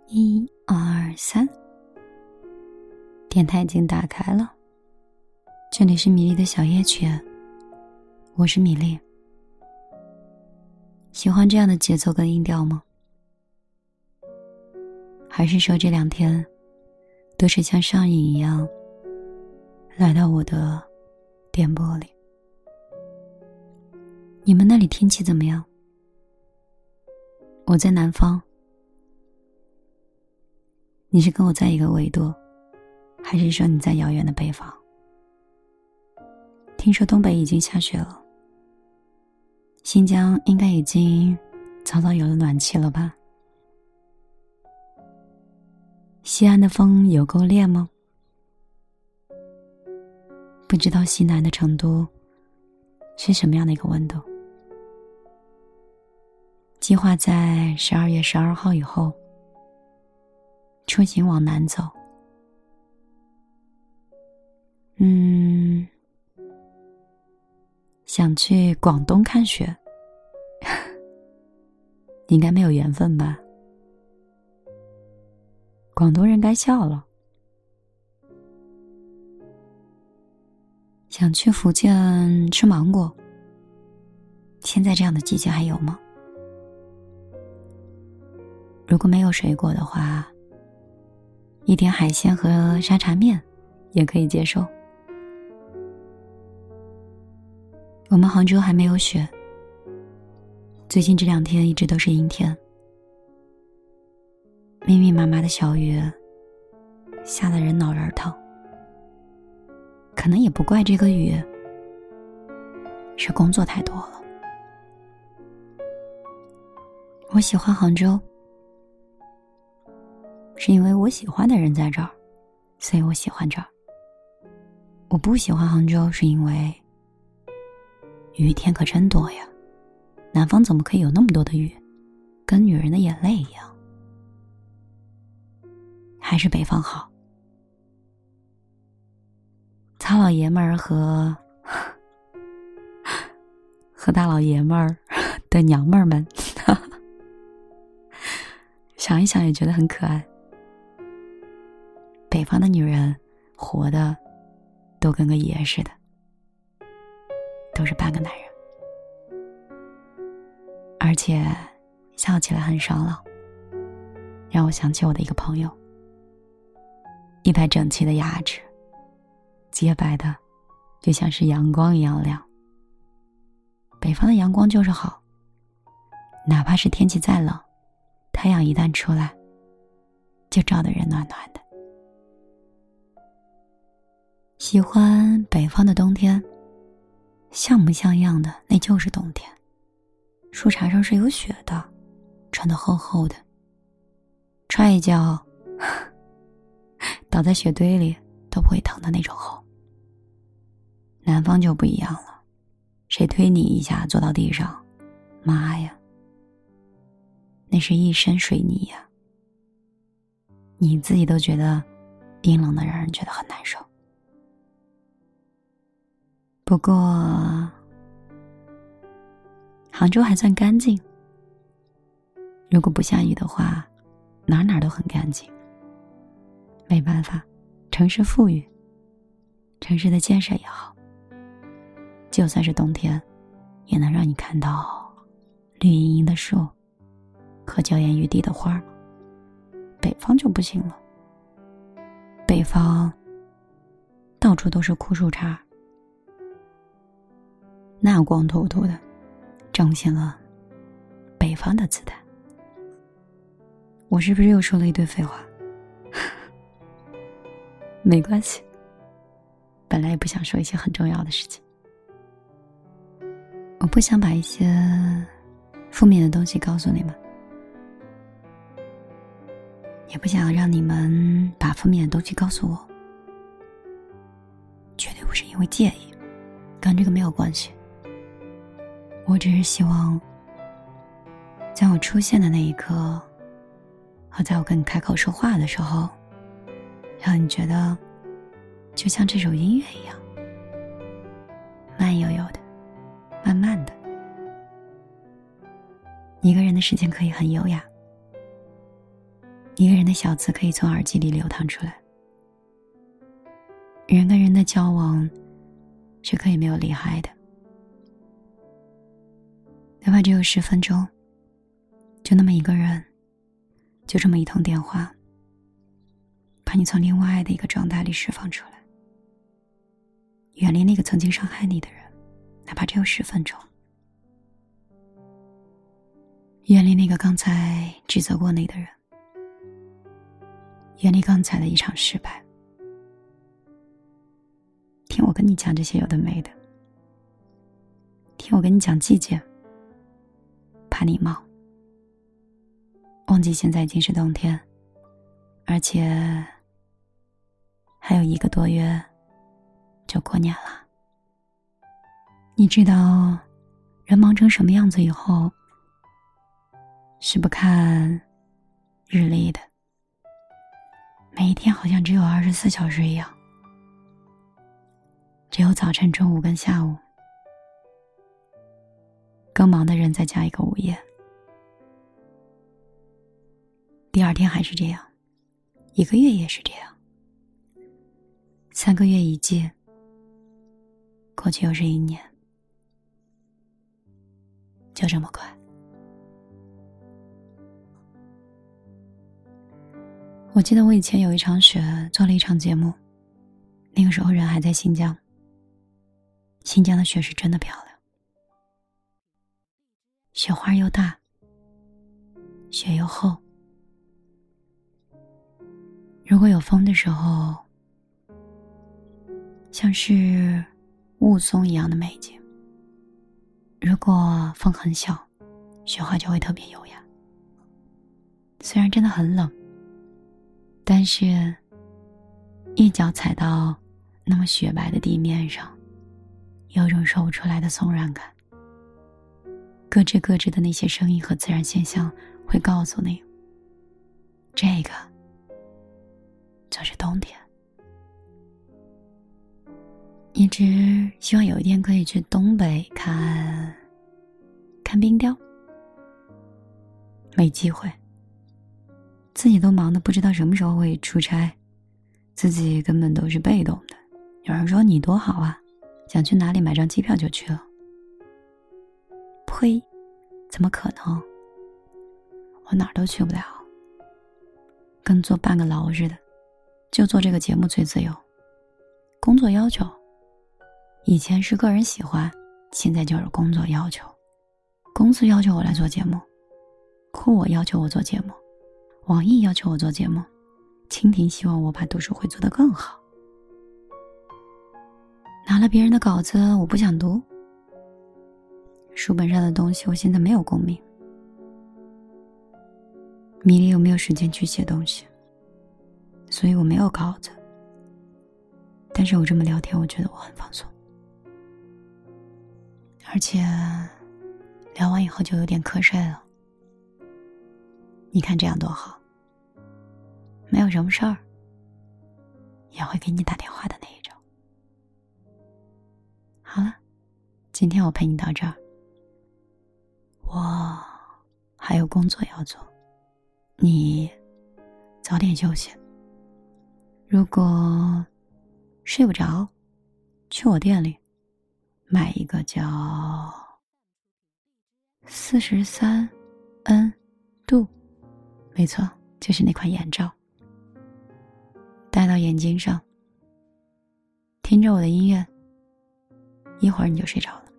1、2、3，电台已经打开了，这里是米粒的小夜曲，我是米粒。喜欢这样的节奏跟音调吗？还是说这2天都是像上瘾一样来到我的电波里？你们那里天气怎么样？我在南方，你是跟我在一个纬度，还是说你在遥远的北方？听说东北已经下雪了，新疆应该已经早早有了暖气了吧？西安的风有够烈吗？不知道西南的成都是什么样的一个温度？计划在12月12号以后出行往南走。想去广东看雪。应该没有缘分吧？广东人该笑了。想去福建吃芒果，现在这样的季节还有吗？如果没有水果的话，一点海鲜和沙茶面也可以接受。我们杭州还没有雪，最近这2天一直都是阴天，密密麻麻的小雨下得人脑仁疼。可能也不怪这个雨，是工作太多了。我喜欢杭州，是因为我喜欢的人在这儿，所以我喜欢这儿。我不喜欢杭州，是因为雨天可真多呀，南方怎么可以有那么多的雨，跟女人的眼泪一样。还是北方好。糙老爷们儿和大老爷们儿的娘们儿们想一想也觉得很可爱。北方的女人活的都跟个爷似的，都是半个男人，而且笑起来很爽朗，让我想起我的一个朋友，一排整齐的牙齿，洁白的就像是阳光一样亮。北方的阳光就是好，哪怕是天气再冷，太阳一旦出来就照得人暖暖的。喜欢北方的冬天，像不像样的那就是冬天，树杈上是有雪的，穿得厚厚的，踹一脚倒在雪堆里都不会疼的那种厚。南方就不一样了，谁推你一下坐到地上，妈呀，那是一身水泥呀，你自己都觉得冰冷的，让人觉得很难受。不过杭州还算干净，如果不下雨的话，哪哪都很干净。没办法，城市富裕，城市的建设也好，就算是冬天也能让你看到绿茵茵的树和娇艳欲滴的花。北方就不行了，北方到处都是枯树杈，那光秃秃的，彰显了北方的姿态。我是不是又说了一堆废话？没关系，本来也不想说一些很重要的事情。我不想把一些负面的东西告诉你们，也不想让你们把负面的东西告诉我，绝对不是因为介意，跟这个没有关系。我只是希望在我出现的那一刻，和在我跟你开口说话的时候，让你觉得就像这首音乐一样，慢悠悠的，慢慢的。一个人的时间可以很优雅， 一个人的小字可以从耳机里流淌出来。人跟人的交往是可以没有厉害的，哪怕只有10分钟，就那么一个人，就这么一通电话，把你从另外的一个状态里释放出来，远离那个曾经伤害你的人，哪怕只有10分钟，远离那个刚才指责过你的人，远离刚才的一场失败。听我跟你讲这些有的没的，听我跟你讲季节，怕你忙，忘记现在已经是冬天，而且还有1个多月就过年了。你知道人忙成什么样子以后，是不看日历的，每一天好像只有24小时一样，只有早晨、中午跟下午，更忙的人再加一个午夜，第二天还是这样，1个月也是这样，3个月一季，过去又是1年，就这么快。我记得我以前有一场雪做了一场节目，那个时候人还在新疆，新疆的雪是真的漂亮，雪花又大，雪又厚，如果有风的时候，像是雾凇一样的美景，如果风很小，雪花就会特别优雅。虽然真的很冷，但是一脚踩到那么雪白的地面上，有种说不出来的松软感。咯吱咯吱的那些声音和自然现象会告诉你，这个就是冬天。一直希望有一天可以去东北看冰雕，没机会，自己都忙得不知道什么时候会出差，自己根本都是被动的。有人说你多好啊，想去哪里买张机票就去了。呸，怎么可能，我哪儿都去不了，跟坐半个牢似的，就做这个节目最自由。工作要求以前是个人喜欢，现在就是工作要求。公司要求我来做节目，酷我要求我做节目，网易要求我做节目，蜻蜓希望我把读书会做得更好。拿了别人的稿子我不想读，书本上的东西我现在没有共鸣，米粒又没有时间去写东西，所以我没有稿子。但是我这么聊天，我觉得我很放松，而且聊完以后就有点瞌睡了。你看这样多好，没有什么事儿也会给你打电话的那一种。好了，今天我陪你到这儿，我还有工作要做，你早点休息。如果睡不着，去我店里买一个叫43N度，没错，就是那款眼罩，戴到眼睛上，听着我的音乐，一会儿你就睡着了。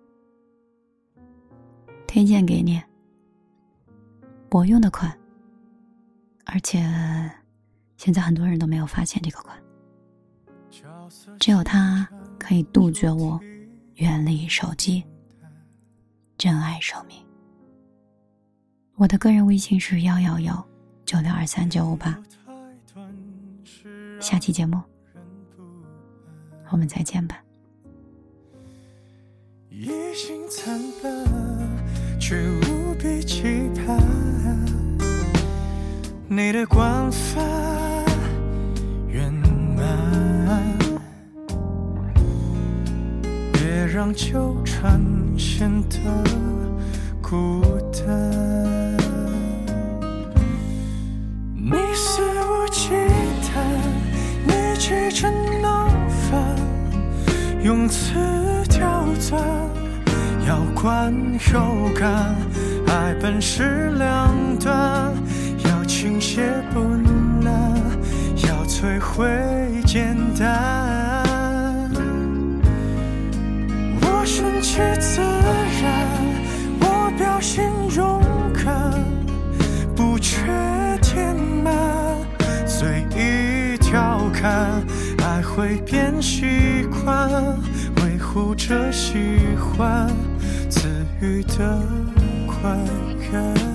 推荐给你，我用的款，而且现在很多人都没有发现这个款，只有它可以杜绝我远离手机，珍爱生命。我的个人微信是111962398，下期节目我们再见吧。 已经惨白，却无比期盼你的光发圆满，别让纠缠显得孤单。你此刁钻，要管有感，爱本是两端，要倾泻不难，要摧毁简单。我顺其自然，我表现勇敢，不缺填满，随意调侃，爱会变习惯，维护着喜欢，赐予的快感。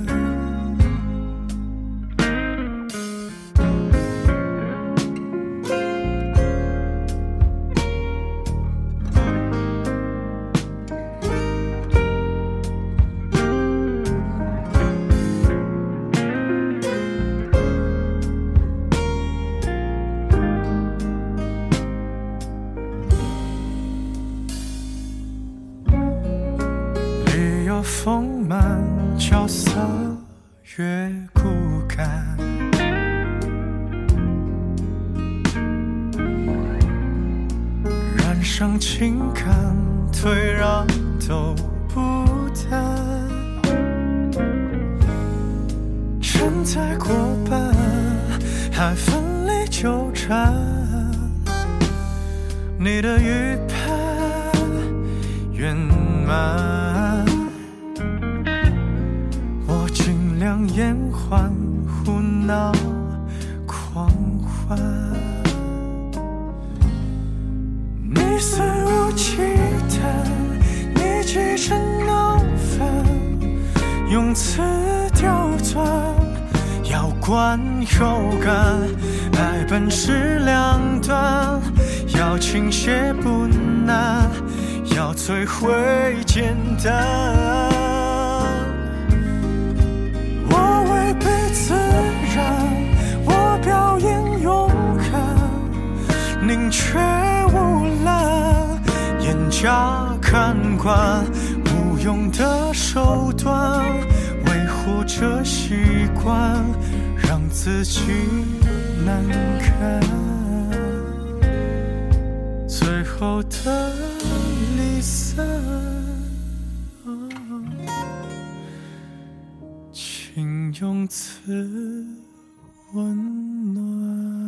丰满角色越骨感，染上情感，退让都不淡，承载过半，还奋力纠缠，你的预判圆满，尽量延缓胡闹狂欢，你肆无忌惮，你急着闹翻，用词刁钻，要管有感，爱本是两端，要倾泻不难，要摧毁简单。自然，我表演勇敢，宁缺毋滥，严加看管，无用的手段，维护着习惯，让自己难堪，最后的离散，请用词温暖。